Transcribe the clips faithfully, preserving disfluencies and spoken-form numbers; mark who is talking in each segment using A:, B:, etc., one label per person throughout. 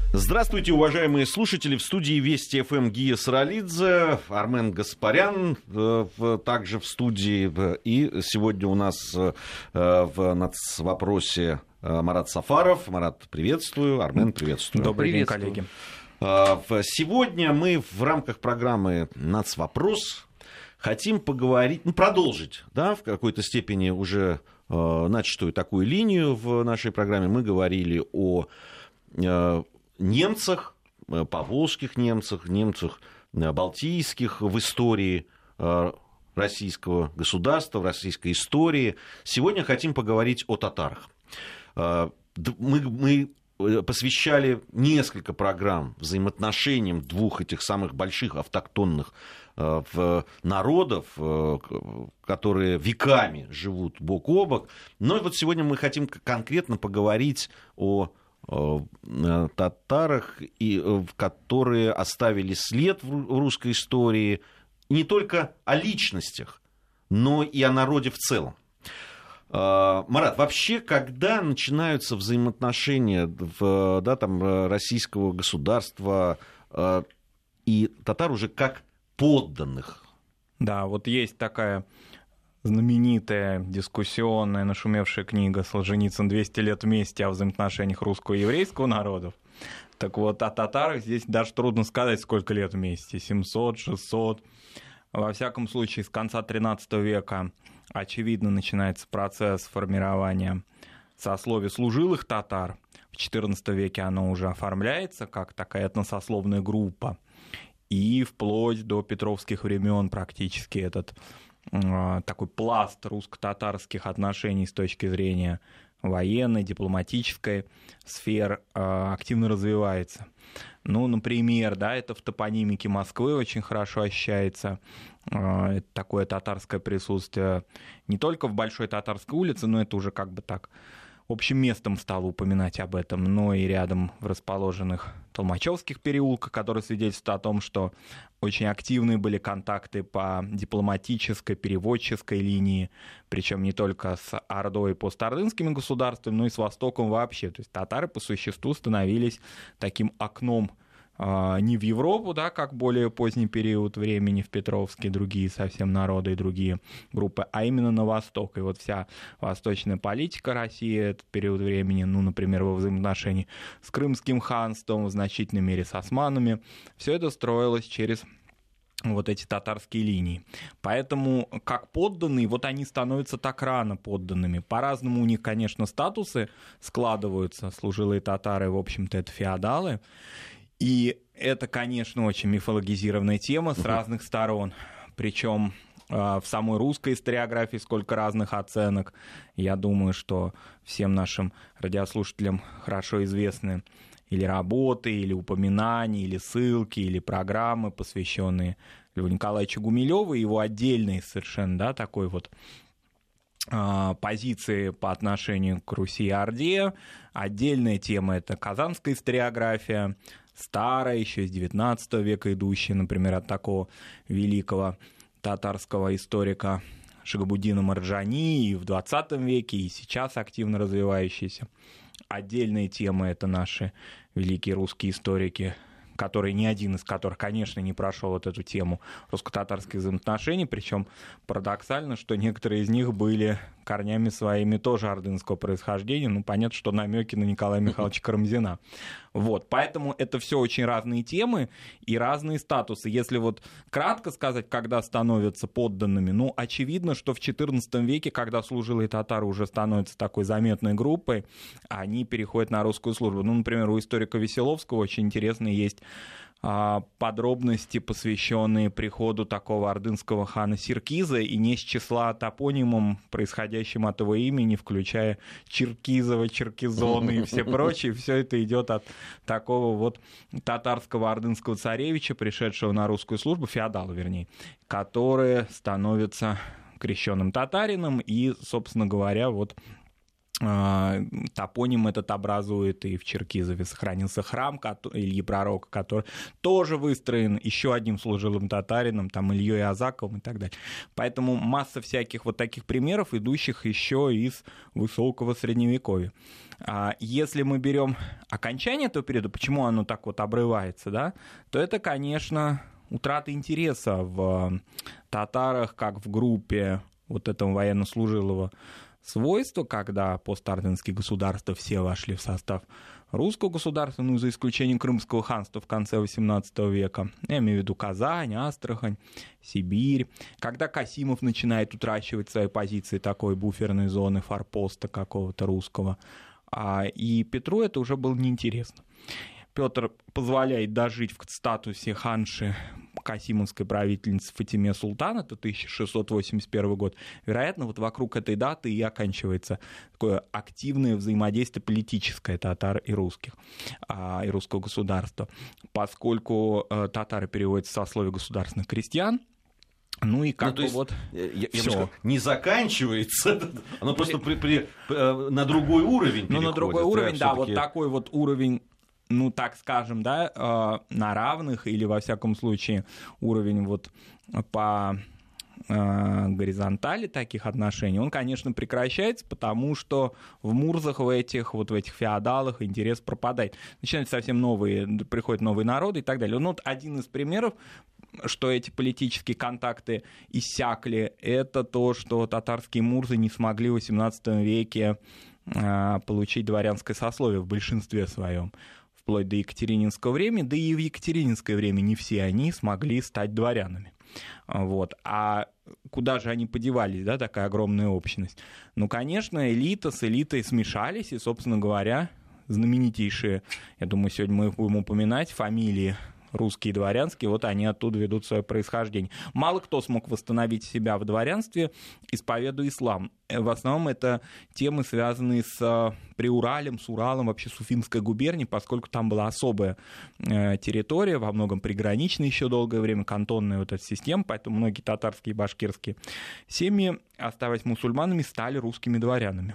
A: Здравствуйте, уважаемые слушатели. В студии Вести ФМ Гия Саралидзе, Армен Гаспарян также в студии. И сегодня у нас в нацвопросе Марат Сафаров. Марат, приветствую. Армен, приветствую.
B: Добрый день, коллеги.
A: Сегодня мы в рамках программы «Нацвопрос» хотим поговорить, ну, продолжить, да, в какой-то степени уже начатую такую линию в нашей программе. Мы говорили о немцах, поволжских немцах, немцах балтийских в истории российского государства, в российской истории. Сегодня хотим поговорить о татарах. Мы, мы посвящали несколько программ взаимоотношениям двух этих самых больших автохтонных народов, которые веками живут бок о бок. Но вот сегодня мы хотим конкретно поговорить о татарах, и, которые оставили след в русской истории не только о личностях, но и о народе в целом. Марат, вообще, когда начинаются взаимоотношения в, да, там, российского государства и татар уже как подданных?
B: Да, вот есть такая знаменитая дискуссионная, нашумевшая книга «Солженицын. двести лет вместе» о взаимоотношениях русского и еврейского народов. Так вот, о татарах здесь даже трудно сказать, сколько лет вместе. семьсот, шестьсот. Во всяком случае, с конца тринадцатого века, очевидно, начинается процесс формирования сословия служилых татар. В четырнадцатом веке оно уже оформляется как такая этносословная группа. И вплоть до петровских времен практически этот такой пласт русско-татарских отношений с точки зрения военной, дипломатической сфер активно развивается. Ну, например, да, это в топонимике Москвы очень хорошо ощущается. Это такое татарское присутствие не только в Большой Татарской улице, но это уже как бы так общим местом стало упоминать об этом, но и рядом в расположенных Толмачевских переулках, которые свидетельствуют о том, что очень активные были контакты по дипломатической, переводческой линии, причем не только с Ордой и постордынскими государствами, но и с Востоком вообще. То есть татары по существу становились таким окном не в Европу, да, как более поздний период времени в Петровске, другие совсем народы и другие группы, а именно на восток. И вот вся восточная политика России, этот период времени, ну, например, во взаимоотношении с Крымским ханством, в значительной мере с османами, все это строилось через вот эти татарские линии. Поэтому как подданные, вот они становятся так рано подданными. По-разному у них, конечно, статусы складываются. Служилые татары, в общем-то, это феодалы. И это, конечно, очень мифологизированная тема с разных сторон. Причем в самой русской историографии сколько разных оценок. Я думаю, что всем нашим радиослушателям хорошо известны или работы, или упоминания, или ссылки, или программы, посвященные Льву Николаевичу Гумилеву, его отдельной совершенно, да, такой вот позиции по отношению к Руси и Орде. Отдельная тема — это казанская историография, старая, еще из девятнадцатого века идущая, например, от такого великого татарского историка Шагабуддина Марджани, и в двадцатом веке, и сейчас активно развивающаяся. Отдельная тема — это наши великие русские историки, который, ни один из которых, конечно, не прошел вот эту тему русско-татарских взаимоотношений, причем парадоксально, что некоторые из них были корнями своими тоже ордынского происхождения, ну, понятно, что намеки на Николая Михайловича Карамзина. Вот, поэтому это все очень разные темы и разные статусы. Если вот кратко сказать, когда становятся подданными, ну, очевидно, что в четырнадцатом веке, когда служилые татары уже становятся такой заметной группой, они переходят на русскую службу. Ну, например, у историка Веселовского очень интересный есть подробности, посвященные приходу такого ордынского хана Сиркиза, и не с числа топонимом, происходящим от его имени, включая Черкизова, Черкизона и все прочее. Все это идет от такого вот татарского ордынского царевича, пришедшего на русскую службу, феодала, вернее, который становится крещенным татарином и, собственно говоря, вот Топоним этот образует, и в Черкизове сохранился храм Ильи Пророка, который тоже выстроен еще одним служилым татарином, там Ильей Азаковым и так далее. Поэтому масса всяких вот таких примеров, идущих еще из высокого средневековья. Если мы берем окончание этого периода, почему оно так вот обрывается, да, то это, конечно, утрата интереса в татарах, как в группе вот этого военнослужилого свойства, когда постордынские государства все вошли в состав русского государства, ну, за исключением Крымского ханства в конце восемнадцатого века. Я имею в виду Казань, Астрахань, Сибирь. Когда Касимов начинает утрачивать свои позиции такой буферной зоны, форпоста какого-то русского. И Петру это уже было неинтересно. Петр позволяет дожить в статусе ханши касимовской правительницы Фатиме Султан, это тысяча шестьсот восемьдесят первый год. Вероятно, вот вокруг этой даты и оканчивается такое активное взаимодействие политическое татар и русских, и русского государства. Поскольку татары переводятся со слова государственных крестьян, ну и как ну, бы есть, вот
A: я, я сказал, не заканчивается, оно просто при, при, на другой уровень переходит.
B: Ну, на другой уровень, да, вот такой вот уровень, ну, так скажем, да, на равных, или, во всяком случае, уровень вот по горизонтали таких отношений, он, конечно, прекращается, потому что в Мурзах, в этих, вот в этих феодалах интерес пропадает. Начинаются совсем новые, приходят новые народы и так далее. Ну, вот один из примеров, что эти политические контакты иссякли, это то, что татарские мурзы не смогли в восемнадцатом веке получить дворянское сословие в большинстве своем, вплоть до екатерининского времени, да и в екатерининское время не все они смогли стать дворянами. Вот. А куда же они подевались, да, такая огромная общность? Ну, конечно, элита с элитой смешались, и, собственно говоря, знаменитейшие, я думаю, сегодня мы их будем упоминать, фамилии русские дворянские, вот они оттуда ведут свое происхождение. Мало кто смог восстановить себя в дворянстве, исповедуя ислам. В основном это темы, связанные с Приуралем, с Уралом, вообще с Уфимской губернией, поскольку там была особая территория, во многом приграничная еще долгое время, кантонная вот эта система, поэтому многие татарские и башкирские семьи, оставаясь мусульманами, стали русскими дворянами.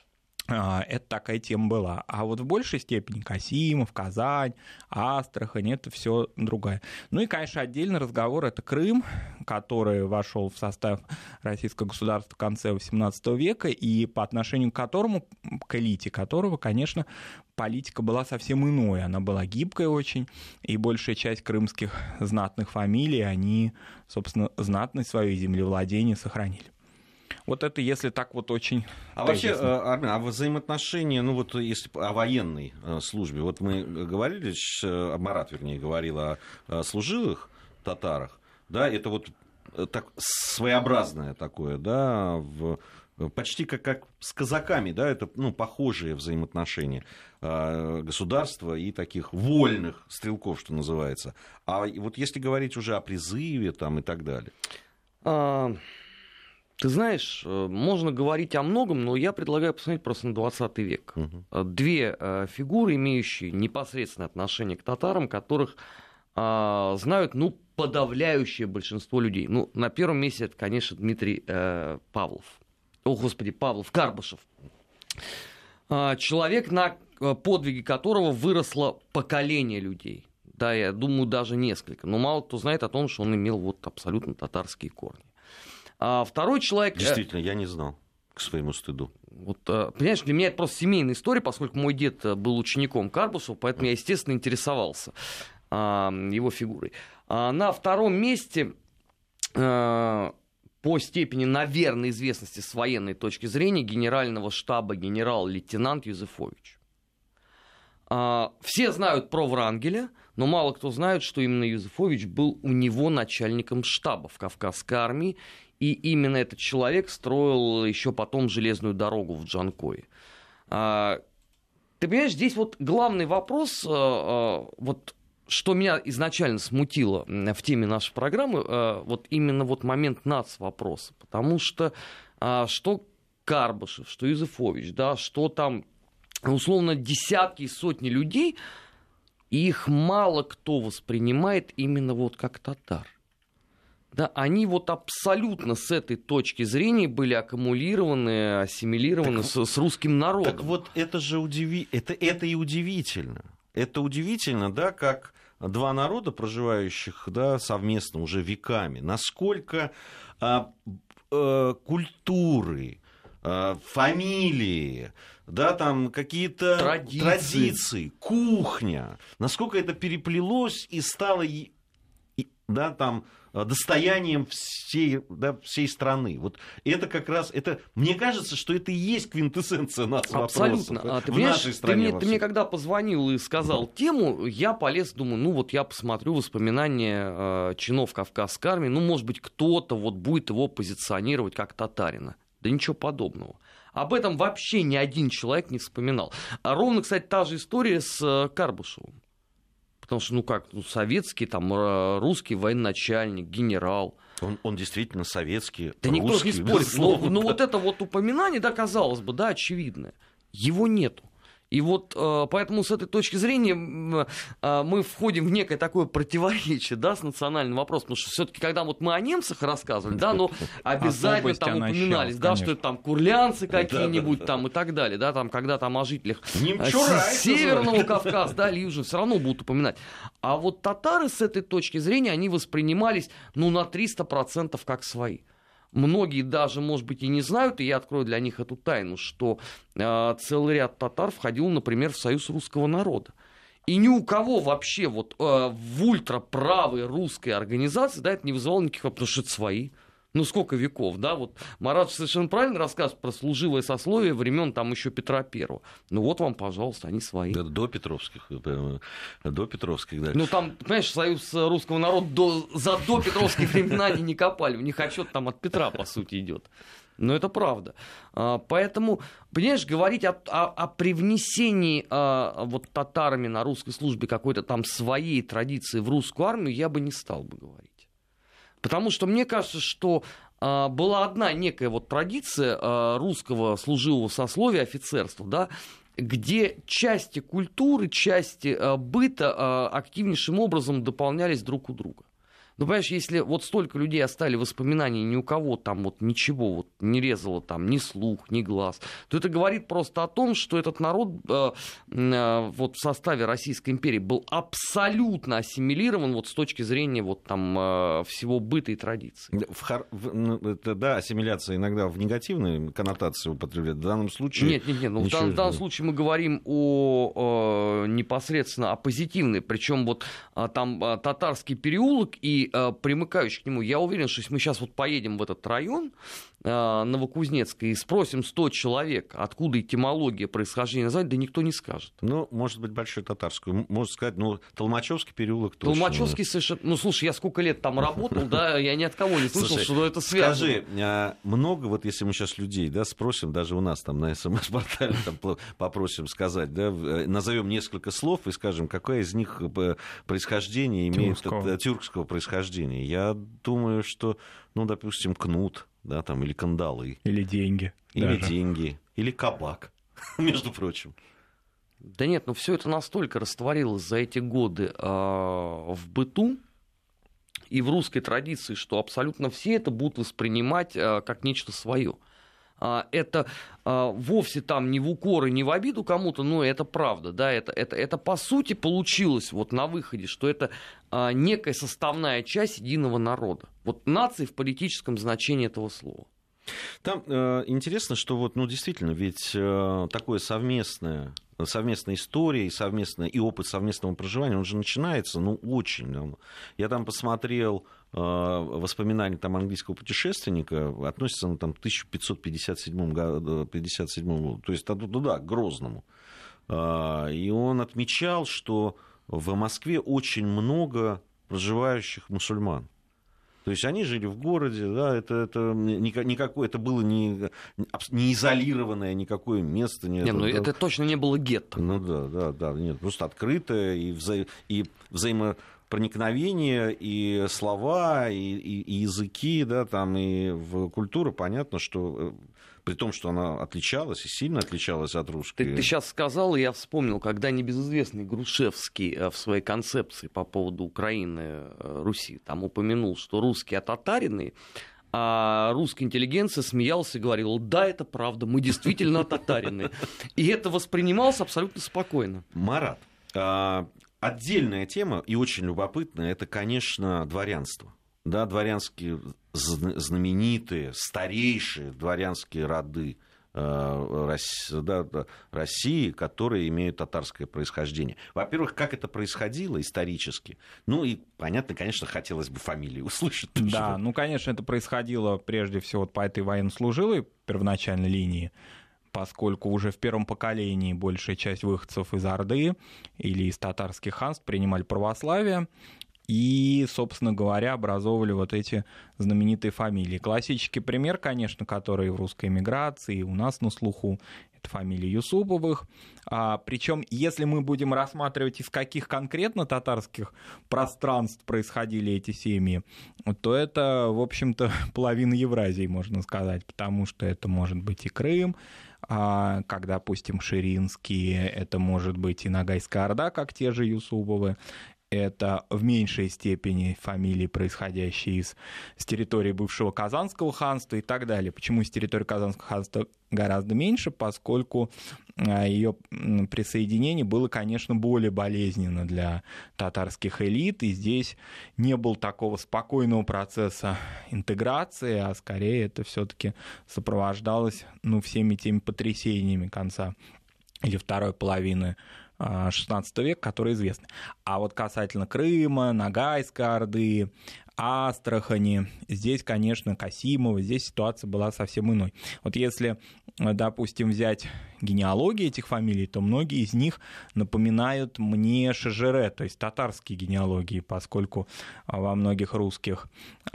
B: Это такая тема была. А вот в большей степени Касимов, Казань, Астрахань, это все другое. Ну и, конечно, отдельный разговор — это Крым, который вошел в состав российского государства в конце восемнадцатого века, и по отношению к которому, к элите которого, конечно, политика была совсем иной. Она была гибкой очень, и большая часть крымских знатных фамилий, они, собственно, знатность свое землевладение сохранили. Вот это если так вот очень...
A: А вообще, Армен, а взаимоотношения, ну вот если о военной службе, вот мы говорили, Марат, вернее, говорил о служилых татарах, да, это вот так своеобразное такое, да, в... почти как, как с казаками, да, это, ну, похожие взаимоотношения государства и таких вольных стрелков, что называется. А вот если говорить уже о призыве там и так далее...
C: А... Ты знаешь, можно говорить о многом, но я предлагаю посмотреть просто на двадцатый век. Угу. Две фигуры, имеющие непосредственное отношение к татарам, которых а, знают, ну, подавляющее большинство людей. Ну, на первом месте это, конечно, Дмитрий э, Павлов. О, господи, Павлов, Карбышев. А, человек, на подвиге которого выросло поколение людей. Да, я думаю, даже несколько. Но мало кто знает о том, что он имел вот абсолютно татарские корни. А второй человек...
A: Действительно, я не знал, к своему стыду.
C: Вот, понимаешь, для меня это просто семейная история, поскольку мой дед был учеником Карбышева, поэтому я, естественно, интересовался а, его фигурой. А на втором месте а, по степени, наверное, известности с военной точки зрения генерального штаба генерал-лейтенант Юзефович. А, все знают про Врангеля, но мало кто знает, что именно Юзефович был у него начальником штаба в Кавказской армии. И именно этот человек строил еще потом железную дорогу в Джанкое. А, ты понимаешь, здесь вот главный вопрос, а, а, вот, что меня изначально смутило в теме нашей программы, а, вот именно вот момент нацвопроса. Потому что а, что Карбышев, что Юзефович, да, что там условно десятки и сотни людей, их мало кто воспринимает именно вот как татар. да, они вот абсолютно с этой точки зрения были аккумулированы, ассимилированы так, с, с русским народом.
A: Так вот, это же удиви... это, это и удивительно. Это удивительно, да, как два народа, проживающих, да, совместно уже веками, насколько а, а, культуры, а, фамилии, да, там какие-то
C: традиции.
A: традиции, кухня, насколько это переплелось и стало, да, там, достоянием всей, да, всей страны. Вот это как раз, это, мне кажется, что это и есть квинтэссенция нашего
C: абсолютно.
A: вопроса.
C: А, ты
A: в нашей стране.
C: Ты мне, ты мне когда позвонил и сказал тему, я полез, думаю, ну вот я посмотрю воспоминания э, чинов Кавказской армии, ну, может быть, кто-то вот будет его позиционировать как татарина. Да ничего подобного. Об этом вообще ни один человек не вспоминал. А ровно, кстати, та же история с э, Карбышевым. Потому что, ну как, ну, советский, там, русский военачальник, генерал.
A: Он, он действительно советский,
C: да
A: русский.
C: Никто не спорит. Но, но вот это вот упоминание, да, казалось бы, да, очевидное. Его нету. И вот поэтому с этой точки зрения мы входим в некое такое противоречие, да, с национальным вопросом. Потому что все-таки, когда вот мы о немцах рассказывали, да, но обязательно там упоминались, да, что это там курлянцы какие-нибудь там и так далее, да, там, когда там о жителях Северного Кавказа, да, или Южного, все равно будут упоминать. А вот татары с этой точки зрения, они воспринимались, ну, на триста процентов как свои. Многие даже, может быть, и не знают, и я открою для них эту тайну, что э, целый ряд татар входил, например, в Союз русского народа. И ни у кого вообще вот, э, в ультраправой русской организации, да, это не вызывало никаких вопросов, потому что это свои. Ну, сколько веков, да, вот Марат совершенно правильно рассказывает про служилое сословие времен там еще Петра Первого. Ну, вот вам, пожалуйста, они свои.
A: Да, до Петровских, до Петровских, да.
C: Ну, там, понимаешь, Союз русского народа до, за до Петровских времена они не копали, у них отчет там от Петра, по сути, идет. Но это правда. Поэтому, понимаешь, говорить о, о, о привнесении вот татарами на русской службе какой-то там своей традиции в русскую армию я бы не стал бы говорить. Потому что мне кажется, что а, была одна некая вот традиция а, русского служилого сословия, офицерства, да, где части культуры, части а, быта а, активнейшим образом дополнялись друг у друга. Ну, понимаешь, если вот столько людей оставили воспоминаний, ни у кого там вот ничего вот не резало там ни слух, ни глаз, то это говорит просто о том, что этот народ э, э, вот в составе Российской империи был абсолютно ассимилирован вот с точки зрения вот там э, всего быта и традиций.
A: В хар... в, это, да, ассимиляция иногда в негативной коннотации употребляет. В данном случае...
C: Нет, нет, нет. Ну, ничего... в, дан, в данном случае мы говорим о, э, непосредственно о позитивной. Причем вот э, там э, татарский переулок и примыкающий к нему, я уверен, что если мы сейчас вот поедем в этот район Новокузнецка и спросим сто человек, откуда этимология происхождения названия, да никто не скажет.
A: Ну, может быть, большой татарскую. Можно сказать, ну, Толмачевский переулок точно.
C: Толмачевский совершенно... Ну, слушай, я сколько лет там работал, да, я ни от кого не слышал, что это связано.
A: Скажи, много, вот если мы сейчас людей, да, спросим, даже у нас там на СМС-портале попросим сказать, да, назовем несколько слов и скажем, какое из них происхождение имеет тюркского происхождения. Я думаю, что, ну, допустим, кнут, да, там, или кандалы.
B: Или деньги.
A: Или даже. деньги. Или кабак, между прочим.
C: Да нет, ну все это настолько растворилось за эти годы э, в быту и в русской традиции, что абсолютно все это будут воспринимать э, как нечто свое. Uh, это uh, вовсе там не в укор и не в обиду кому-то, но это правда, да, это, это, это по сути получилось вот на выходе, что это uh, некая составная часть единого народа. Вот нации в политическом значении этого слова.
A: Там э, интересно, что вот, ну, действительно, ведь э, такое совместное, совместная история и, совместное, и опыт совместного проживания, он же начинается, ну, очень давно. Я там посмотрел э, воспоминания там, английского путешественника, относятся на там, тысяча пятьсот пятьдесят седьмом году, пятьдесят седьмом году, то есть туда, к Грозному. Э, и он отмечал, что в Москве очень много проживающих мусульман. То есть они жили в городе, да, это, это, никакое, это было не, не изолированное никакое место.
C: Не, ну, это,
A: да.
C: это точно не было гетто.
A: Ну да, да, да, нет, просто открытое и, вза... и взаимопроникновение, и слова, и, и, и языки, да, там, и в культуру. Понятно, что При том, что она отличалась и сильно отличалась от русской.
C: Ты, ты сейчас сказал, и я вспомнил, когда небезызвестный Грушевский в своей концепции по поводу Украины, Руси, там упомянул, что русские отатарены, а русская интеллигенция смеялась и говорила: да, это правда, мы действительно отатарены. И это воспринималось абсолютно спокойно.
A: Марат, отдельная тема и очень любопытная, это, конечно, дворянство. Да, дворянские знаменитые, старейшие дворянские роды России, которые имеют татарское происхождение. Во-первых, как это происходило исторически? Ну и, понятно, конечно, хотелось бы фамилии услышать.
B: Да, что... ну, конечно, это происходило прежде всего вот по этой военнослужилой первоначальной линии, поскольку уже в первом поколении большая часть выходцев из Орды или из татарских ханств принимали православие, и, собственно говоря, образовывали вот эти знаменитые фамилии. Классический пример, конечно, который в русской эмиграции, у нас на слуху, это фамилия Юсуповых. А, причем, если мы будем рассматривать, из каких конкретно татарских пространств происходили эти семьи, то это, в общем-то, половина Евразии, можно сказать, потому что это может быть и Крым, а, как, допустим, Ширинские, это может быть и Ногайская Орда, как те же Юсуповы. Это в меньшей степени фамилии, происходящие из, с территории бывшего Казанского ханства и так далее. Почему с территории Казанского ханства гораздо меньше? Поскольку ее присоединение было, конечно, более болезненно для татарских элит, и здесь не было такого спокойного процесса интеграции, а скорее это все-таки сопровождалось, ну, всеми теми потрясениями конца или второй половины шестнадцатого века, которые известны. А вот касательно Крыма, Ногайской Орды, Астрахани, здесь, конечно, Касимова, здесь ситуация была совсем иной. Вот если, допустим, взять генеалогии этих фамилий, то многие из них напоминают мне Шежере, то есть татарские генеалогии, поскольку во многих русских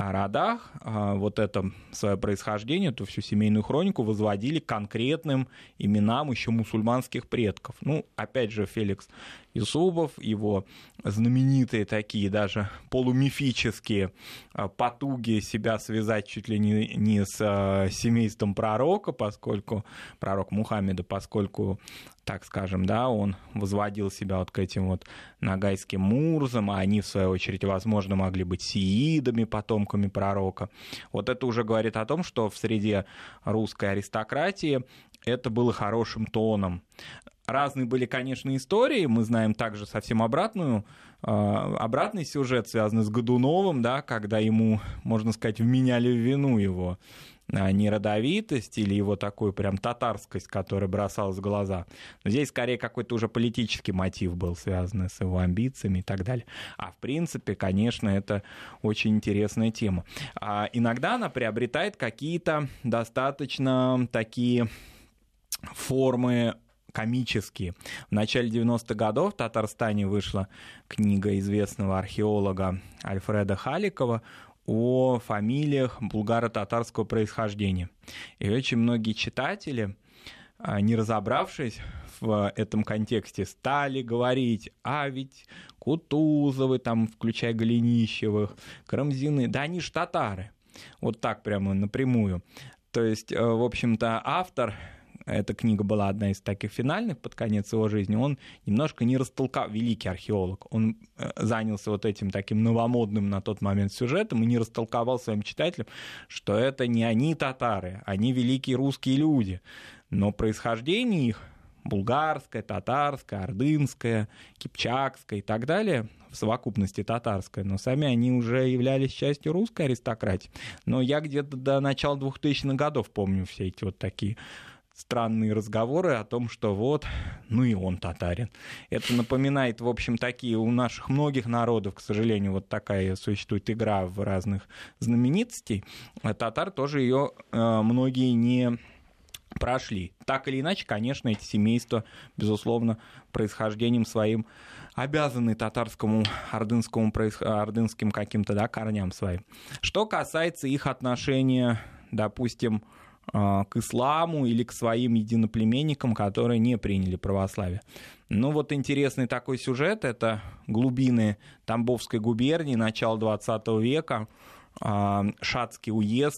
B: родах вот это свое происхождение, то всю семейную хронику возводили к конкретным именам еще мусульманских предков. Ну, опять же, Феликс Юсупов, его знаменитые такие даже полумифические потуги себя связать чуть ли не, не с семейством пророка, поскольку пророк Мухаммеда, поскольку, так скажем, да, он возводил себя вот к этим вот ногайским мурзам, а они, в свою очередь, возможно, могли быть сиидами, потомками пророка. Вот это уже говорит о том, что в среде русской аристократии это было хорошим тоном. Разные были, конечно, истории. Мы знаем также совсем обратную, обратный сюжет, связанный с Годуновым, да, когда ему, можно сказать, вменяли в вину его неродовитость или его такую прям татарскость, которая бросалась в глаза. Но здесь скорее какой-то уже политический мотив был, связанный с его амбициями и так далее. А в принципе, конечно, это очень интересная тема. А иногда она приобретает какие-то достаточно такие формы комические. В начале девяностых годов в Татарстане вышла книга известного археолога Альфреда Халикова о фамилиях булгаро-татарского происхождения. И очень многие читатели, не разобравшись в этом контексте, стали говорить: а ведь Кутузовы, там, включая Голенищевых, Карамзины, да они ж татары. Вот так прямо напрямую. То есть, в общем-то, автор... Эта книга была одна из таких финальных под конец его жизни. Он немножко не растолковал, великий археолог, он занялся вот этим таким новомодным на тот момент сюжетом и не растолковал своим читателям, что это не они татары, они великие русские люди. Но происхождение их булгарское, татарское, ордынское, кипчакское и так далее, в совокупности татарское, но сами они уже являлись частью русской аристократии. Но я где-то до начала двухтысячных годов помню все эти вот такие странные разговоры о том, что вот, ну и он татарин. Это напоминает, в общем, такие у наших многих народов, к сожалению, вот такая существует игра в разных знаменитостей. А татар тоже ее э, многие не прошли. Так или иначе, конечно, эти семейства, безусловно, происхождением своим обязаны татарскому, ордынскому, ордынским каким-то, да, корням своим. Что касается их отношения, допустим, к исламу или к своим единоплеменникам, которые не приняли православие. Ну вот интересный такой сюжет, это глубины Тамбовской губернии, начало двадцатого века, Шацкий уезд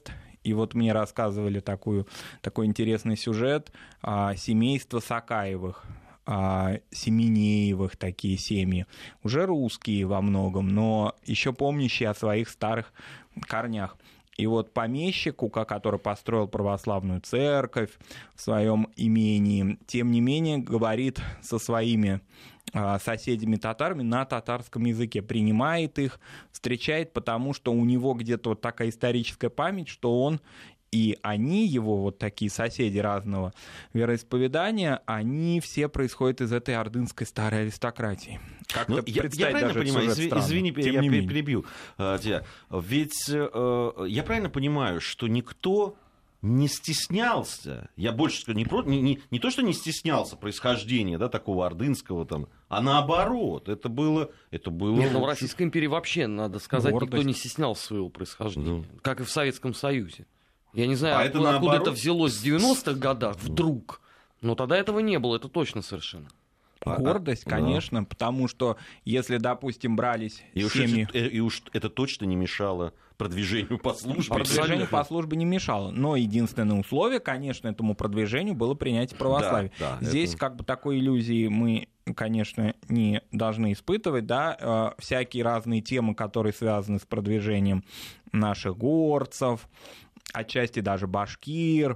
B: И вот мне рассказывали такую, такой интересный сюжет а, семейства Сакаевых, а, Семенеевых, такие семьи, уже русские во многом, но еще помнящие о своих старых корнях. И вот помещик, который построил православную церковь в своем имении, тем не менее говорит со своими соседями-татарами на татарском языке, принимает их, встречает, потому что у него где-то вот такая историческая память, что он и они, его вот такие соседи разного вероисповедания, они все происходят из этой ордынской старой аристократии.
A: Ну, я, я правильно понимаю, изв... извини, Тем я перебью uh, тебя, ведь uh, я правильно понимаю, что никто не стеснялся, я больше скажу, не, про... не, не, не то, что не стеснялся происхождения, да, такого ордынского, там, а наоборот, это было... Это было...
C: Нет, ну в Российской империи вообще, надо сказать, гордость. Никто не стеснялся своего происхождения, да. Как и в Советском Союзе. Я не знаю, а откуда, это, откуда это взялось в девяностых годах вдруг, но тогда этого не было, это точно совершенно.
B: Гордость, конечно, да. Потому что если, допустим, брались
A: и
B: семьи...
A: Уж, и уж это точно не мешало продвижению по службе.
B: Продвижению по службе не мешало, но единственное условие, конечно, этому продвижению было принятие православия. Да, да, Здесь это... как бы такой иллюзии мы, конечно, не должны испытывать, да, всякие разные темы, которые связаны с продвижением наших горцев, отчасти даже башкир,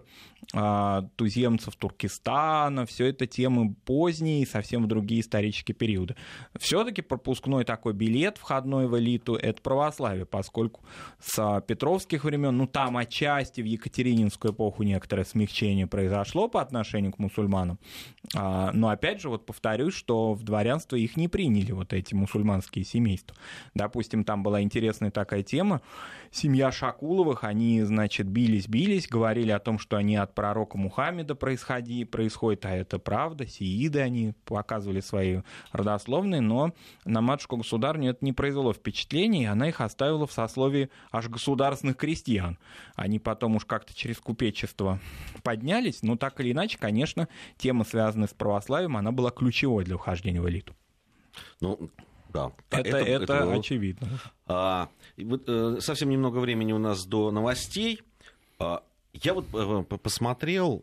B: туземцев Туркестана, все это темы поздние, совсем в другие исторические периоды. Все-таки пропускной такой билет входной в элиту — это православие, поскольку с петровских времен, ну там отчасти в Екатерининскую эпоху некоторое смягчение произошло по отношению к мусульманам, но опять же, вот повторюсь, что в дворянство их не приняли, вот эти мусульманские семейства. Допустим, там была интересная такая тема, семья Шакуловых, они, значит, бились-бились, говорили о том, что они от пророка Мухаммеда происходи, происходит, а это правда, сииды, они показывали свои родословные, но на матушку-государню это не произвело впечатления, и она их оставила в сословии аж государственных крестьян. Они потом уж как-то через купечество поднялись, но так или иначе, конечно, тема, связанная с православием, она была ключевой для вхождения в элиту.
A: Ну, да.
B: Это, это, это, это очевидно.
A: А, вот, э, совсем немного времени у нас до новостей. А, Я вот посмотрел,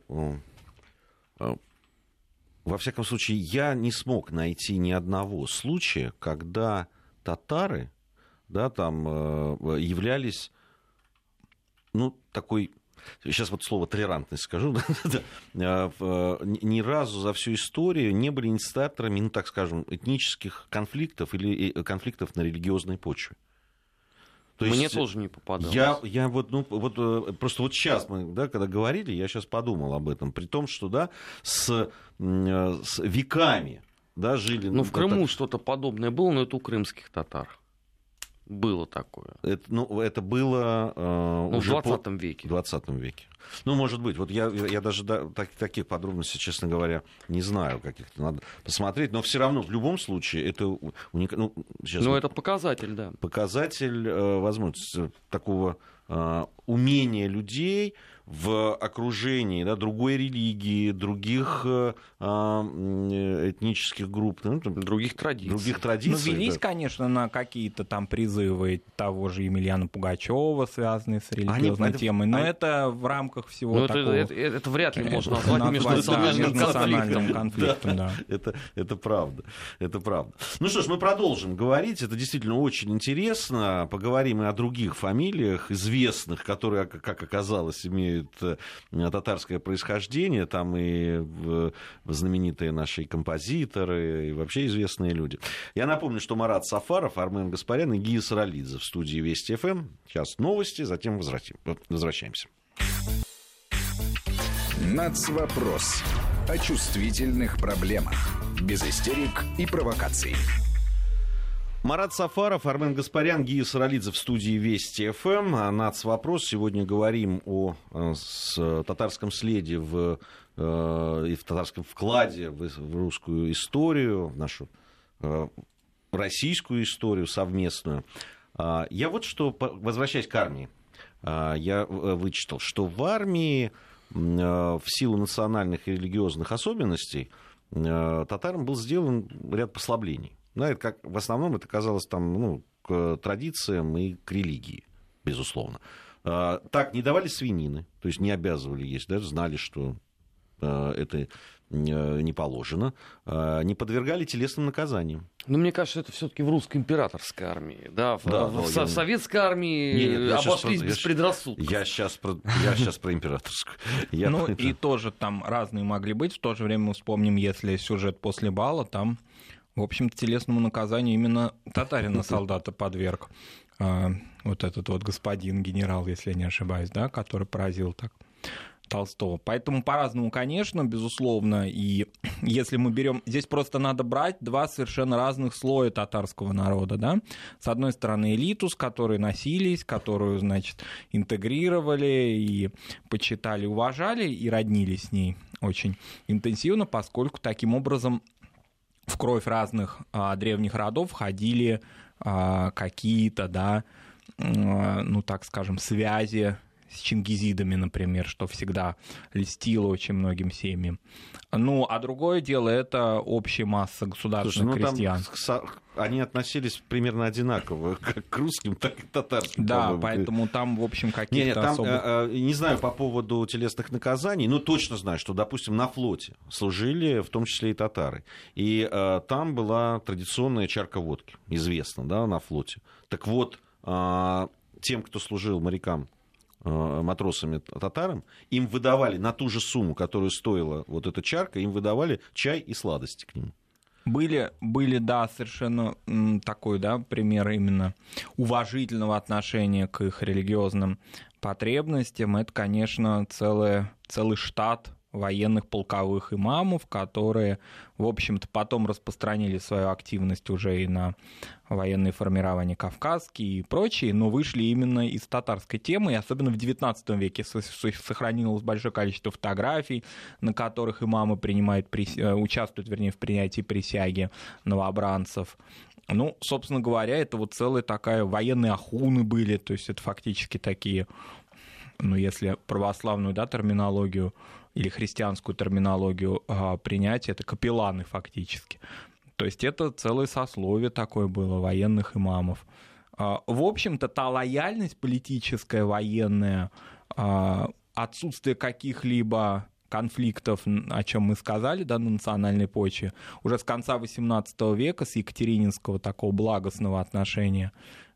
A: во всяком случае, я не смог найти ни одного случая, когда татары, да, там, являлись, ну, такой, сейчас вот слово толерантность скажу, ни разу за всю историю не были инициаторами, ну, так скажем, этнических конфликтов или конфликтов на религиозной почве. То
C: Мне
A: есть,
C: тоже не попадалось.
A: Я, я вот, ну, вот, просто вот сейчас мы, да, когда говорили, я сейчас подумал об этом, при том, что, да, с, с веками, да, жили...
C: Ну, в Крыму татар... что-то подобное было, но это у крымских татар. Было такое.
A: Это, ну, это было э,
C: ну,
A: уже
C: в двадцатом веке.
A: В двадцатом веке. Ну, может быть. Вот я, я даже да, так, таких подробностей, честно говоря, не знаю, каких-то надо посмотреть. Но все равно, в любом случае, это уника... ну, сейчас
C: ну,
A: вот...
C: это показатель, да.
A: Показатель, э, возможно, такого э, умения людей в окружении, да, другой религии, других э, этнических групп, ну, там,
C: других традиций.
A: Других традиций.
B: Ну, велись,
A: да.
B: конечно, на какие-то там призывы того же Емельяна Пугачева, связанные с религиозной
A: Они,
B: темой, но
A: они...
B: это в рамках всего
C: ну,
B: такого...
C: Это, это, это вряд ли можно назвать межнациональным
B: да,
C: конфликтом.
B: конфликтом да.
A: это, это правда, это правда. Ну что ж, мы продолжим говорить, это действительно очень интересно. Поговорим и о других фамилиях, известных, которые, как оказалось, имеют татарское происхождение, там и знаменитые наши композиторы, и вообще известные люди. Я напомню, что Марат Сафаров, Армен Гаспарян и Гия Саралидзе в студии Вести ФМ. Сейчас новости, затем возвращаемся.
D: Нацвопрос. О чувствительных проблемах. Без истерик и провокаций.
A: Марат Сафаров, Армен Гаспарян, Гия Саралидзе в студии Вести ФМ. Нацвопрос. Сегодня говорим о с, татарском следе в, э, и в татарском вкладе в, в русскую историю, в нашу э, российскую историю совместную. Э, я вот что, возвращаясь к армии, э, я вычитал, что в армии э, в силу национальных и религиозных особенностей э, татарам был сделан ряд послаблений. Ну, это как, в основном это казалось там, ну, к традициям и к религии, безусловно. Так, не давали свинины, то есть не обязывали есть, да, знали, что это не положено, не подвергали телесным наказаниям.
C: Ну, мне кажется, это все-таки в русской императорской армии. Да, в,
A: да,
C: в,
A: в
C: я... советской армии нет, нет, обошлись
A: про...
C: без я предрассудков.
A: Я сейчас про, я сейчас про императорскую. Я
B: ну,
A: про...
B: и тоже там разные могли быть. В то же время мы вспомним, если сюжет после бала, там, в общем-то, телесному наказанию именно татарина-солдата подверг. Вот этот вот господин генерал, если я не ошибаюсь, да, который поразил так Толстого. Поэтому по-разному, конечно, безусловно. И если мы берем... Здесь просто надо брать два совершенно разных слоя татарского народа. Да? С одной стороны, элиту, с которой носились, которую, значит, интегрировали и почитали, уважали и роднились с ней очень интенсивно, поскольку таким образом в кровь разных а, древних родов входили а, какие-то, да, а, ну, так скажем, связи с чингизидами, например, что всегда льстило очень многим семьям. Ну, а другое дело — это общая масса государственных
A: Слушай, ну,
B: крестьян.
A: Там они относились примерно одинаково как к русским, так и к татарским.
B: Да,
A: по-моему.
B: поэтому там, в общем, каких-то
A: не, не, там,
B: особых...
A: э, э, не знаю по поводу телесных наказаний, но точно знаю, что, допустим, на флоте служили в том числе и татары. И э, там была традиционная чарка водки, известна, да, на флоте. Так вот, э, тем, кто служил морякам, матросами татарам, им выдавали на ту же сумму, которую стоила вот эта чарка, им выдавали чай и сладости к нему.
B: Были, были, да, совершенно такой, да, пример именно уважительного отношения к их религиозным потребностям. Это, конечно, целый, целый штат военных полковых имамов, которые, в общем-то, потом распространили свою активность уже и на военные формирования кавказские и прочие, но вышли именно из татарской темы, и особенно в девятнадцатом веке сохранилось большое количество фотографий, на которых имамы принимают, участвуют, вернее, в принятии присяги новобранцев. Ну, собственно говоря, это вот целая такая, военные ахуны были, то есть это фактически такие, ну, если православную, да, терминологию или христианскую терминологию а, принять, это капелланы фактически. То есть это целое сословие такое было, военных имамов. А, в общем-то, та лояльность политическая, военная, а, отсутствие каких-либо конфликтов, о чем мы сказали, да, на национальной почве, уже с конца восемнадцатого века, с екатерининского такого благостного отношения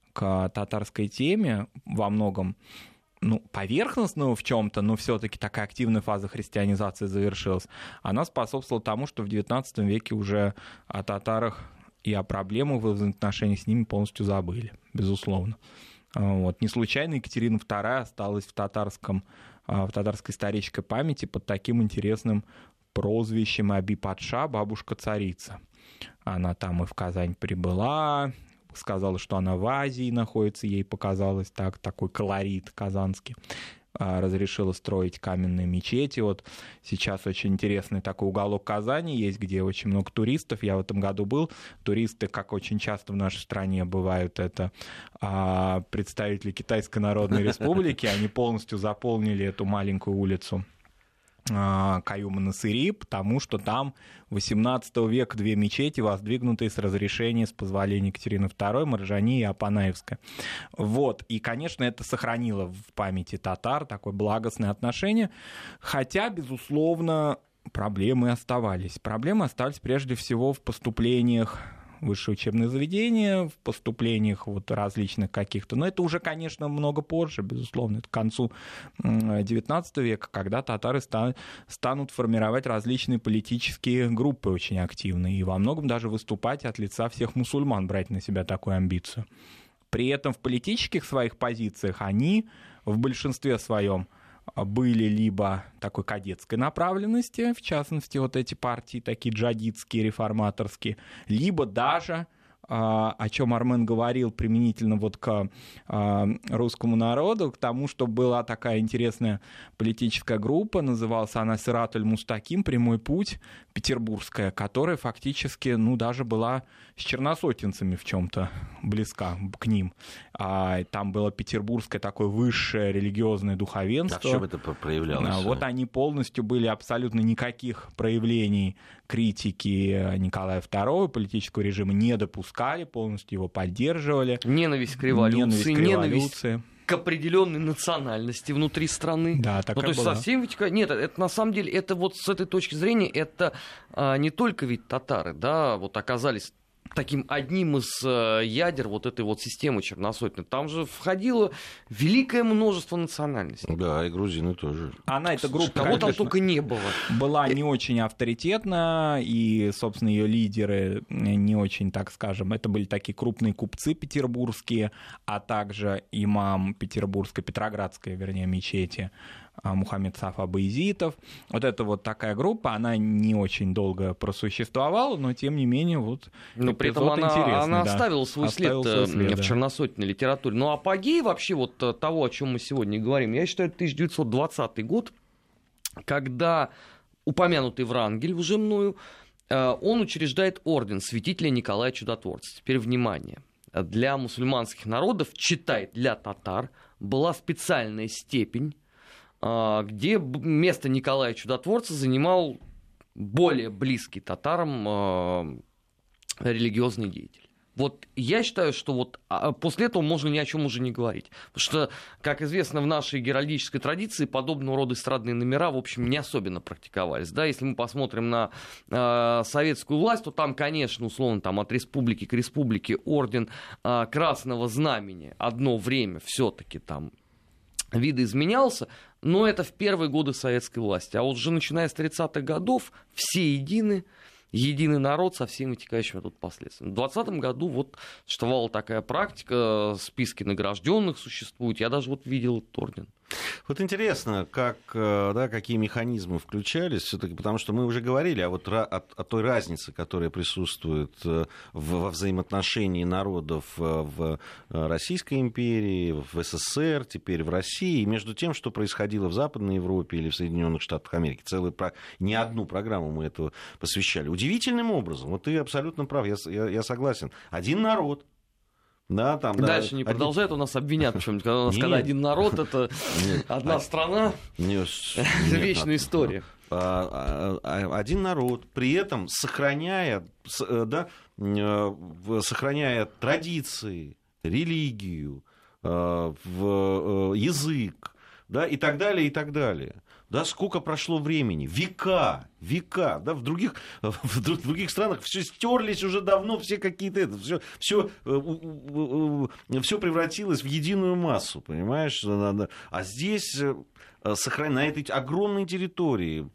B: к татарской теме во многом, ну, поверхностного в чем-то, но все-таки такая активная фаза христианизации завершилась, она способствовала тому, что в девятнадцатом веке уже о татарах и о проблемах в взаимоотношениях с ними полностью забыли, безусловно. Вот. Не случайно Екатерина вторая осталась в, татарском, в татарской исторической памяти под таким интересным прозвищем Аби-Патша, бабушка-царица. Она там и в Казань прибыла, сказала, что она в Азии находится, ей показалось так, такой колорит казанский. Разрешила строить каменные мечети. Вот сейчас очень интересный такой уголок Казани есть, где очень много туристов. Я в этом году был. Туристы, как очень часто в нашей стране бывают, это а, представители Китайской Народной Республики. Они полностью заполнили эту маленькую улицу Каюма-Насыри, потому что там восемнадцатого века две мечети, воздвигнутые с разрешения, с позволения Екатерины второй, Маржани и Апанаевская. Вот. И, конечно, это сохранило в памяти татар такое благостное отношение, хотя, безусловно, проблемы оставались. Проблемы остались прежде всего в поступлениях высшие учебные заведения, в поступлениях вот различных каких-то. Но это уже, конечно, много позже, безусловно. Это к концу девятнадцатого века, когда татары станут формировать различные политические группы очень активные и во многом даже выступать от лица всех мусульман, брать на себя такую амбицию. При этом в политических своих позициях они в большинстве своем были либо такой кадетской направленности, в частности, вот эти партии, такие джадидские, реформаторские, либо даже, о чем Армен говорил применительно вот к русскому народу, к тому, что была такая интересная политическая группа, называлась она Сират-аль-Мустаким, прямой путь, петербургская, которая фактически, ну, даже была с черносотенцами в чем-то близка к ним. А там было петербургское такое высшее религиозное духовенство.
A: А в чем это проявлялось?
B: А, вот они полностью были, абсолютно никаких проявлений критики Николая второго, политического режима не допускали, полностью его поддерживали.
C: Ненависть к революции,
B: ненависть к революции.
C: к определенной национальности внутри страны.
B: Да, так
C: ну,
B: и
C: то есть
B: было.
C: совсем ведь... Нет, это на самом деле, это вот с этой точки зрения, это а, не только ведь татары, да, вот оказались таким одним из э, ядер вот этой вот системы черносотенной. Там же входило великое множество национальностей.
A: Да, и грузины тоже.
B: Она, эта группа,
C: Кого там
B: конечно,
C: только не было.
B: была не очень авторитетна, и, собственно, ее лидеры не очень, так скажем, это были такие крупные купцы петербургские, а также имам Петербургской, Петроградской, вернее, мечети Мухаммед Сафа Баязитов. Вот это вот такая группа, она не очень долго просуществовала, но, тем не менее, вот
C: Но при этом она, она да. оставила свой
B: Оставил
C: след,
B: свой след
C: в
B: да.
C: черносотенной литературе. Но апогей вообще вот того, о чем мы сегодня говорим, я считаю, это тысяча девятьсот двадцатый год, когда упомянутый Врангель уже мною, он учреждает орден святителя Николая Чудотворца. Теперь внимание. Для мусульманских народов, читай, для татар, была специальная степень, где место Николая Чудотворца занимал более близкий татарам религиозный деятель. Вот я считаю, что вот после этого можно ни о чем уже не говорить. Потому что, как известно, в нашей геральдической традиции подобного рода эстрадные номера, в общем, не особенно практиковались. Да, если мы посмотрим на э, советскую власть, то там, конечно, условно, там, от республики к республике орден э, Красного Знамени одно время все-таки там видоизменялся, но это в первые годы советской власти. А вот уже начиная с тридцатых годов все едины, единый народ со всеми вытекающими тут последствиями. В двадцатом году вот существовала такая практика, списки награжденных существуют. Я даже вот видел этот орден.
A: Вот интересно, как, да, какие механизмы включались, все-таки, потому что мы уже говорили о, вот, о, о той разнице, которая присутствует в, во взаимоотношении народов в Российской империи, в СССР, теперь в России, и между тем, что происходило в Западной Европе или в Соединенных Штатах Америки. Целую, не одну программу мы этого посвящали. Удивительным образом, вот ты абсолютно прав, я, я, я согласен, один народ. Да, там,
C: Дальше
A: да,
C: не
A: один...
C: продолжают, у нас обвинят в чем-нибудь. Когда у нас
A: Нет.
C: когда один народ, это
A: Нет.
C: одна
A: а...
C: страна,
A: Нет,
C: вечная
A: нет,
C: история.
A: Один народ, при этом сохраняя, да, сохраняя традиции, религию, язык, да, и так далее, и так далее. Да, сколько прошло времени, века, века, да, в других, в других странах все стерлись уже давно, все какие-то, это, все, все, все превратилось в единую массу, понимаешь, а здесь на этой огромной территории,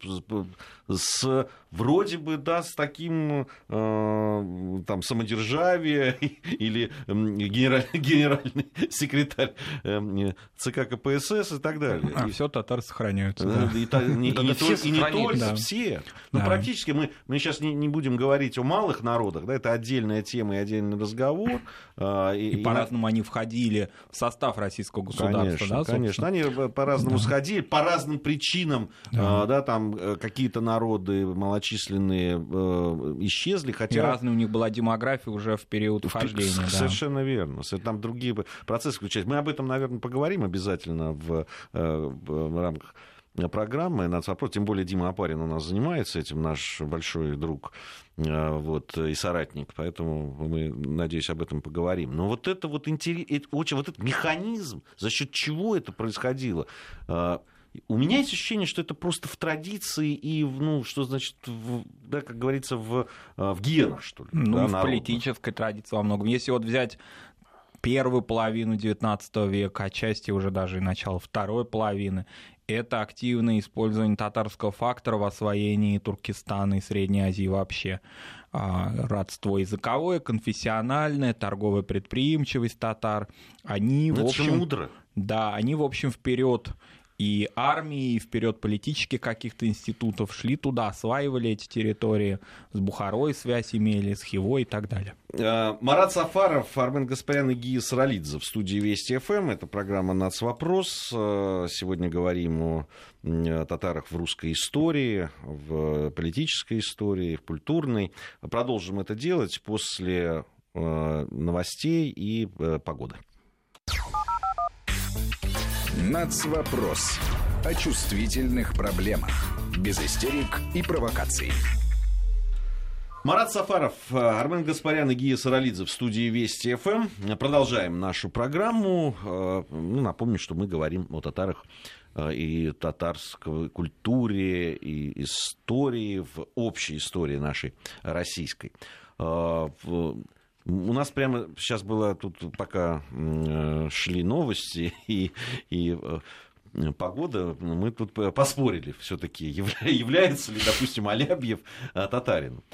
A: с, вроде бы, да, с таким э, там, самодержавием или генераль, генеральный секретарь э, ЦК КПСС и так далее.
B: А
A: и,
B: все татары сохраняются.
A: Да,
B: Да.
A: И, и, и, и, не, то, и не только,
B: да.
A: все. Ну,
B: да.
A: практически мы, мы сейчас не, не будем говорить о малых народах, да, это отдельная тема и отдельный разговор. Э, и,
B: и, и по-разному и... они входили в состав российского государства.
A: Конечно,
B: да,
A: конечно. Они по-разному да. сходили, по разным причинам, да. Э, да, там какие-то народы малочисленные э, исчезли, хотя...
B: И разная у них была демография уже в период вхождения.
A: В...
B: Да.
A: Совершенно верно. Там другие процессы включаются. Мы об этом, наверное, поговорим обязательно в, э, в рамках программы «Нацвопрос». Тем более Дима Опарин у нас занимается этим, наш большой друг э, вот, и соратник. Поэтому мы, надеюсь, об этом поговорим. Но вот это вот, интерес... очень, вот этот механизм, за счет чего это происходило... Э, У меня есть ощущение, что это просто в традиции и, ну, что значит, в, да, как говорится, в, в генах, что ли.
B: Ну,
A: да,
B: в
A: народных.
B: политической традиции во многом. Если вот взять первую половину девятнадцатого века, отчасти уже даже и начало второй половины, это активное использование татарского фактора в освоении Туркестана и Средней Азии вообще. Родство языковое, конфессиональное, торговая предприимчивость татар. Они,
A: ну,
B: в общем,
A: это же мудро.
B: Да, они, в общем, вперед и армии, и вперед политических каких-то институтов шли туда, осваивали эти территории, с Бухарой связь имели, с Хивой и так далее.
A: Марат Сафаров, Армен Гаспарян и Гия Саралидзе в студии Вести ФМ. Это программа «Нацвопрос». Сегодня говорим о татарах в русской истории, в политической истории, в культурной. Продолжим это делать после новостей и погоды.
D: Нацвопрос. О чувствительных проблемах. Без истерик и провокаций.
A: Марат Сафаров, Армен Гаспарян и Гия Саралидзе в студии Вести ФМ. Продолжаем нашу программу. Ну, напомню, что мы говорим о татарах и татарской культуре, и истории, в общей истории нашей российской. У нас прямо сейчас было, тут пока шли новости и... и погода, мы тут поспорили все-таки, является ли, допустим, Алябьев татарином.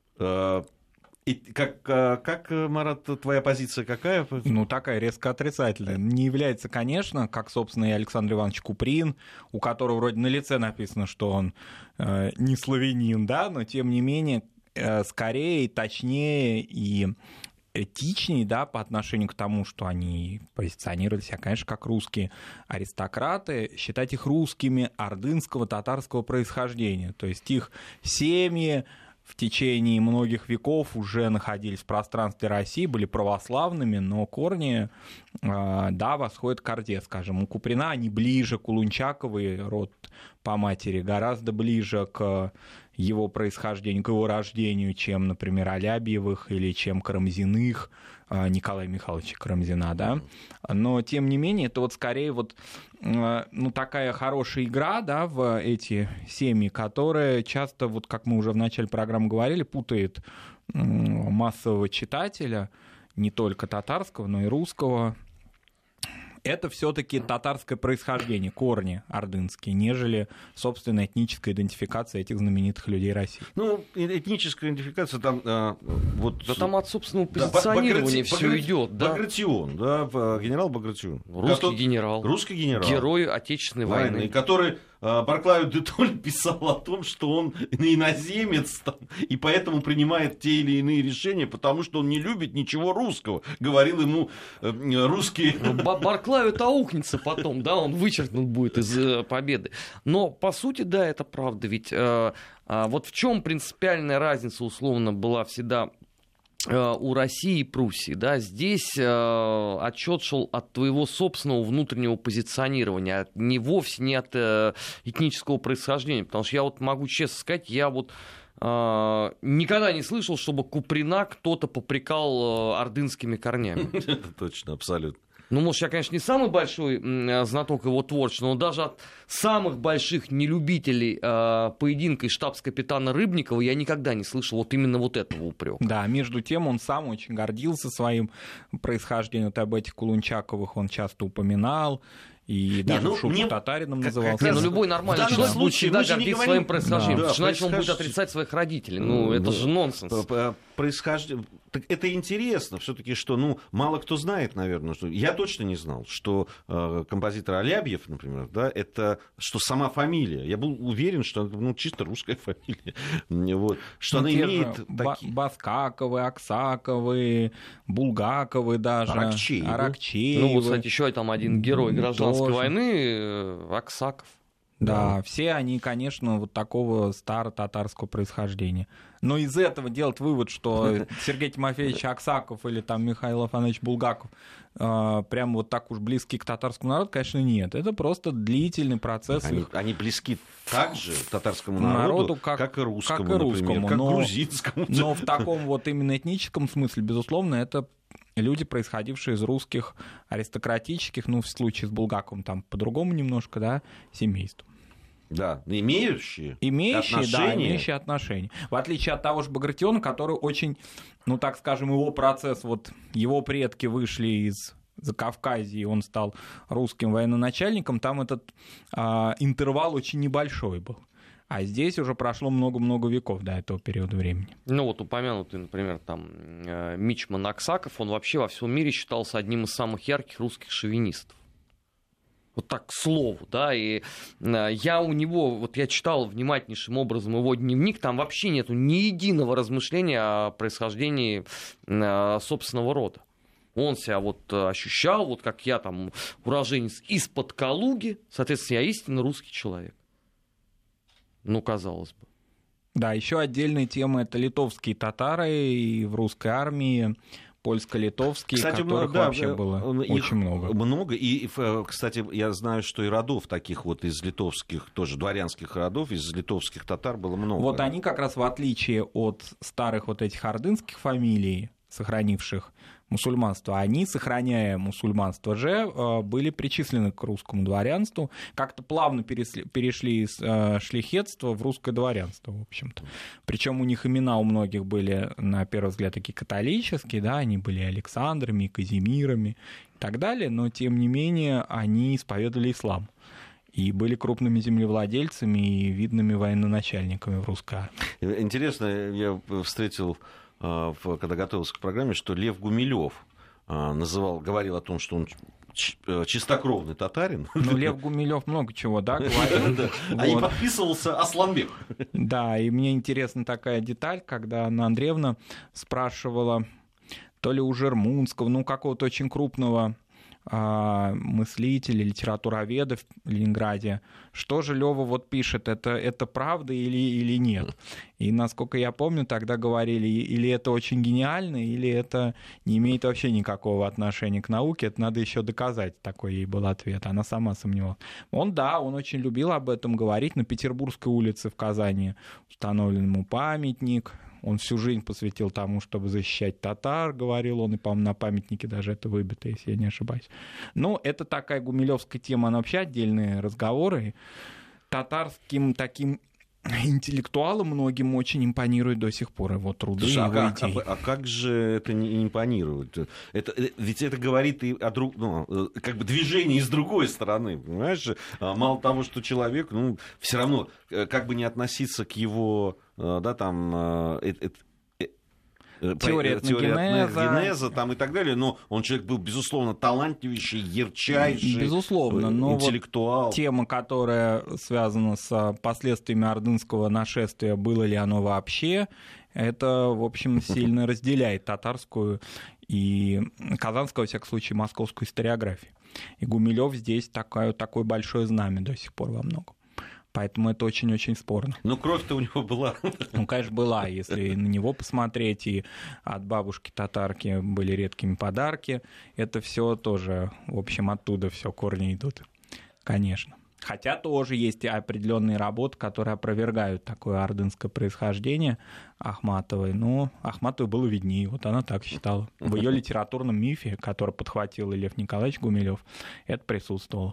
A: И как, как, Марат, твоя позиция какая?
B: Ну, такая резко отрицательная. Не является, конечно, как, собственно, и Александр Иванович Куприн, у которого вроде на лице написано, что он э, не славянин, да, но, тем не менее, э, скорее, точнее и этичнее, да, по отношению к тому, что они позиционировали себя, конечно, как русские аристократы, считать их русскими ордынского татарского происхождения. То есть их семьи в течение многих веков уже находились в пространстве России, были православными, но корни, да, восходят к Орде, скажем. У Куприна они ближе, Кулунчаковый род по матери гораздо ближе к его происхождению, к его рождению, чем, например, Алябьевых или чем Карамзиных, Николая Михайловича Карамзина, да. Но, тем не менее, это вот скорее вот, ну, такая хорошая игра, да, в эти семьи, которая часто, вот как мы уже в начале программы говорили, путает массового читателя, не только татарского, но и русского. Это все-таки татарское происхождение, корни ордынские, нежели, собственно, этническая идентификация этих знаменитых людей России.
A: Ну, этническая идентификация там... А, вот...
C: Да там от собственного позиционирования да, все идет. Да?
A: Багратион, да, генерал Багратион.
C: Русский который... генерал.
A: Русский генерал.
C: Герой Отечественной войны. войны.
A: Который... Барклаю де Толь писал о том, что он иноземец, там, и поэтому принимает те или иные решения, потому что он не любит ничего русского, говорил ему э, русский...
C: Барклаю-то аукнется потом, да, он вычеркнут будет из э, победы. Но, по сути, да, это правда, ведь э, э, вот в чем принципиальная разница, условно, была всегда... у России и Пруссии, да, здесь э, отчет шел от твоего собственного внутреннего позиционирования, от, не вовсе не от э, этнического происхождения, потому что я вот могу честно сказать, я вот э, никогда не слышал, чтобы Куприна кто-то попрекал э, ордынскими корнями.
A: Это точно, абсолютно.
C: Ну, может, я, конечно, не самый большой знаток его творчества, но даже от самых больших нелюбителей э, поединка и штабс-капитана Рыбникова я никогда не слышал вот именно вот этого упрека.
B: Да, между тем он сам очень гордился своим происхождением. Вот об этих Кулунчаковых он часто упоминал. И не, даже ну, в шутку не... татарином назывался.
C: Не, ну любой нормальный человек будет всегда гордиться говорим... своим происхождением. Да, потому что иначе он будет отрицать своих родителей. Ну, ну это да. же нонсенс.
A: Происхождение... Так это интересно все-таки, что ну, мало кто знает, наверное. Что... Я точно не знал, что э, композитор Алябьев, например, да, это что сама фамилия. Я был уверен, что это ну, чисто русская фамилия. Вот. Что ну, она имеет...
B: Такие... Баскаковы, Аксаковы, Булгаковы даже.
A: Аракчеевы.
B: Аракчеевы.
C: Ну, вот, кстати, еще там один герой гражданской тоже. войны, Аксаков.
B: Да, да, все они, конечно, вот такого старо-татарского происхождения. Но из этого делать вывод, что Сергей Тимофеевич Аксаков или там Михаил Афанович Булгаков э, прям вот так уж близки к татарскому народу, конечно, нет. Это просто длительный процесс.
A: Они,
B: их...
A: они близки так же татарскому народу, народу как, как и русскому,
B: как и русскому
A: например, как
B: но,
A: грузинскому.
B: Но в таком вот именно этническом смысле, безусловно, это люди, происходившие из русских аристократических, ну, в случае с Булгаковым там по-другому немножко, да, семейств.
A: Да, имеющие,
B: имеющие
A: отношения.
B: Да, имеющие отношения. В отличие от того же Багратиона, который очень, ну, так скажем, его процесс, вот его предки вышли из Закавказья, и он стал русским военачальником, там этот а, интервал очень небольшой был. А здесь уже прошло много-много веков до этого периода времени.
C: Ну вот упомянутый, например, там Мичман Аксаков, он вообще во всем мире считался одним из самых ярких русских шовинистов. Вот так, к слову, да, и я у него, вот я читал внимательнейшим образом его дневник, там вообще нету ни единого размышления о происхождении собственного рода. Он себя вот ощущал, вот как я там уроженец из-под Калуги, соответственно, я истинно русский человек. Ну, казалось бы.
B: Да, еще отдельная тема — это литовские татары, и в русской армии польско-литовские,
A: кстати,
B: которых
A: да,
B: вообще было
A: их
B: очень много.
A: Много. И, кстати, я знаю, что и родов таких вот из литовских, тоже дворянских родов, из литовских татар было много.
B: Вот они как раз в отличие от старых вот этих ордынских фамилий, сохранивших мусульманство, они, сохраняя мусульманство же, были причислены к русскому дворянству, как-то плавно перешли из шляхетства в русское дворянство, в общем-то. Причем у них имена у многих были, на первый взгляд, такие католические, да, они были Александрами, Казимирами и так далее, но, тем не менее, они исповедовали ислам и были крупными землевладельцами и видными военачальниками в русской армии.
A: Интересно, я встретил, когда готовился к программе, что Лев Гумилев называл, говорил о том, что он чистокровный татарин.
B: Ну, Лев Гумилев много чего, да, говорил.
A: А и подписывался Асланбек.
B: Да, и мне интересна такая деталь, когда Анна Андреевна спрашивала то ли у Жермунского, ну, какого-то очень крупного мыслителей, литературоведа в Ленинграде, что же Лёва вот пишет, это, это правда или, или нет? И, насколько я помню, тогда говорили, или это очень гениально, или это не имеет вообще никакого отношения к науке, это надо еще доказать, такой ей был ответ, она сама сомневалась. Он, да, он очень любил об этом говорить, на Петербургской улице в Казани установлен ему памятник. Он всю жизнь посвятил тому, чтобы защищать татар, говорил он, и, по-моему, на памятнике даже это выбито, если я не ошибаюсь. Но это такая гумилевская тема, она вообще отдельные разговоры. Татарским таким интеллектуалам многим очень импонирует до сих пор его труды,
A: Слушай,
B: его
A: а,
B: идеи.
A: А, а как же это не импонирует? Это, ведь это говорит и о друг, ну, как бы движении с другой стороны, понимаешь? Мало того, что человек, ну, все равно, как бы не относиться к его, да, там, это,
B: теория этногенеза,
A: генеза, там и так далее, но он человек был, безусловно, талантливейший, ярчайший,
B: безусловно, но
A: интеллектуал.
B: Вот тема, которая связана с последствиями ордынского нашествия, было ли оно вообще, это, в общем, сильно разделяет татарскую и казанскую, во всяком случае, московскую историографию. И Гумилев здесь такое, такое большое знамя до сих пор во многом. Поэтому это очень-очень спорно.
A: Ну, кровь-то у него была.
B: Ну, конечно, была. Если на него посмотреть, и от бабушки-татарки были редкими подарки, это все тоже, в общем, оттуда все корни идут. Конечно. Хотя тоже есть определенные работы, которые опровергают такое ордынское происхождение Ахматовой. Но Ахматовой было виднее, вот она так считала. В ее литературном мифе, который подхватил и Лев Николаевич Гумилев, это присутствовало.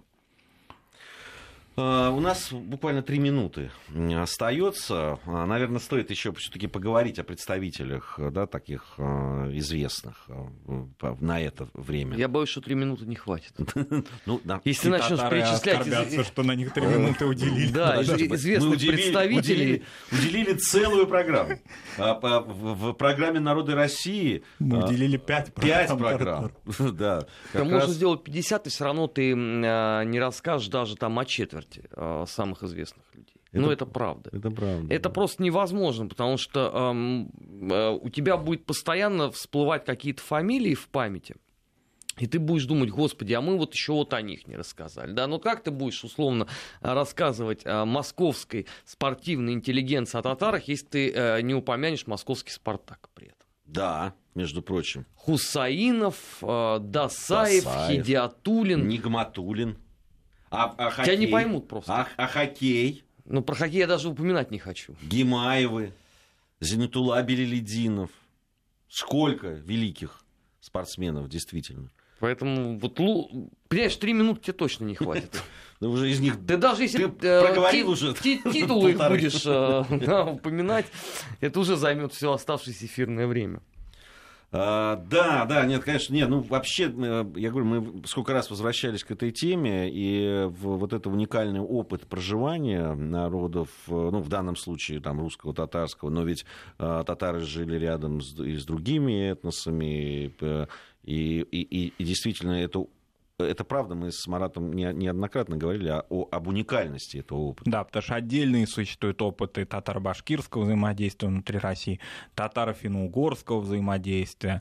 A: У нас буквально три минуты остается. Наверное, стоит еще все-таки поговорить о представителях, да, таких известных на это время.
C: Я боюсь, что три минуты не хватит.
A: Ну, да.
C: Если начнешь перечислять...
B: Оскорбятся, что на них три минуты уделили.
C: Да, известных представителей.
A: Уделили целую программу. В программе «Народы России»
B: мы уделили пять
A: программ. Пять программ, да.
C: Там можно сделать пятьдесят, и все равно ты не расскажешь даже там о четверти самых известных людей. Это, ну, это правда.
A: Это правда.
C: Это да. Просто невозможно, потому что эм, э, у тебя будет постоянно всплывать какие-то фамилии в памяти, и ты будешь думать, господи, а мы вот еще вот о них не рассказали. Да? Ну как ты будешь условно рассказывать о московской спортивной интеллигенции о татарах, если ты э, не упомянешь московский «Спартак» при этом?
A: Да, между прочим.
C: Хусаинов, э, Досаев,
A: Досаев,
C: Хидиатуллин.
A: Нигматуллин. А, а хоккей?
C: Тебя не поймут просто.
A: А, а хоккей?
C: Ну, про хоккей я даже упоминать не хочу.
A: Гимаевы, Зинатулла Белелединов. Сколько великих спортсменов, действительно.
C: Поэтому, вот, понимаешь, три минуты тебе точно не хватит.
A: Да уже из них...
C: Ты даже если
A: проговорил уже
C: титулы их будешь упоминать, это уже займет все оставшееся эфирное время.
A: А, да, да, нет, конечно, нет, ну вообще, я говорю, мы сколько раз возвращались к этой теме, и вот это уникальный опыт проживания народов, ну, в данном случае, там, русского, татарского, но ведь а, татары жили рядом с, и с другими этносами, и, и, и, и действительно это... Это правда, мы с Маратом неоднократно говорили о, о, об уникальности этого опыта.
B: Да, потому что отдельные существуют опыты татаро-башкирского взаимодействия внутри России, татаро-финно-угорского взаимодействия,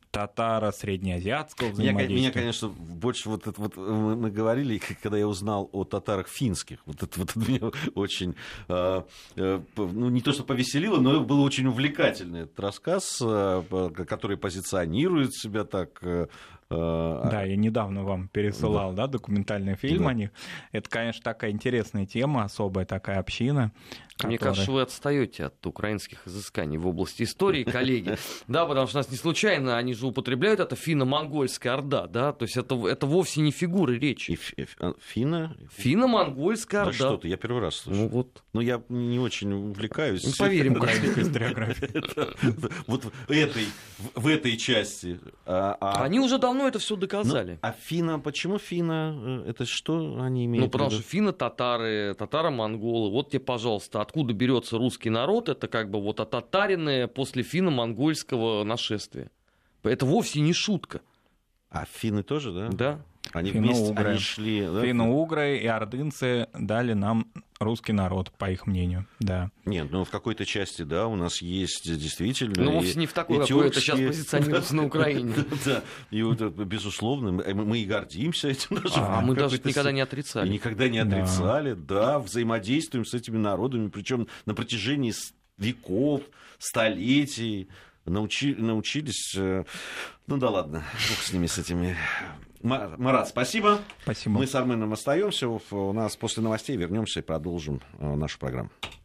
B: татаро-среднеазиатского
A: Меня,
B: взаимодействия.
A: меня, конечно, больше вот это вот мы, мы говорили, когда я узнал о татарах финских. Вот это вот меня очень, э, э, ну не то что повеселило, но был очень увлекательный этот рассказ, э, который позиционирует себя так. Э,
B: Да, я недавно вам пересылал, да, да документальный фильм
A: да.
B: о них. Это, конечно, такая интересная тема, особая такая община.
C: Мне
B: которая...
C: кажется, вы отстаете от украинских изысканий в области истории, коллеги. Да, потому что нас не случайно, они же употребляют это финно-монгольская орда, да, то есть это, это вовсе не фигуры речи.
A: Финно?
C: Финно-монгольская орда.
A: Да что ты, я первый раз слышу.
C: Ну вот.
A: Ну я не очень увлекаюсь.
C: Ну, поверим,
B: украинской историографии.
A: Вот в этой части.
C: Они уже давно это все доказали.
A: А финно, почему финно? Это что они имеют?
C: Ну, потому что финно-татары, татаро-монголы, вот тебе, пожалуйста, откуда берется русский народ, это как бы вот отатаренное после финно-монгольского нашествия. Это вовсе не шутка.
A: А финны тоже, да?
C: Да.
A: Они вместе, они шли... Да?
B: Финно-угры и ордынцы дали нам русский народ, по их мнению, да.
A: Нет, ну в какой-то части, да, у нас есть действительно...
C: Ну, вовсе не в такой, какой это сейчас позиционируется на Украине.
A: Да, и вот, безусловно, мы и гордимся этим.
C: А мы даже никогда не отрицали.
A: Никогда не отрицали, да, взаимодействуем с этими народами, причем на протяжении веков, столетий. Научились... Ну да ладно, бог с ними, с этими... Марат, спасибо.
B: Спасибо.
A: Мы с Арменом остаемся. У нас после новостей вернемся и продолжим нашу программу.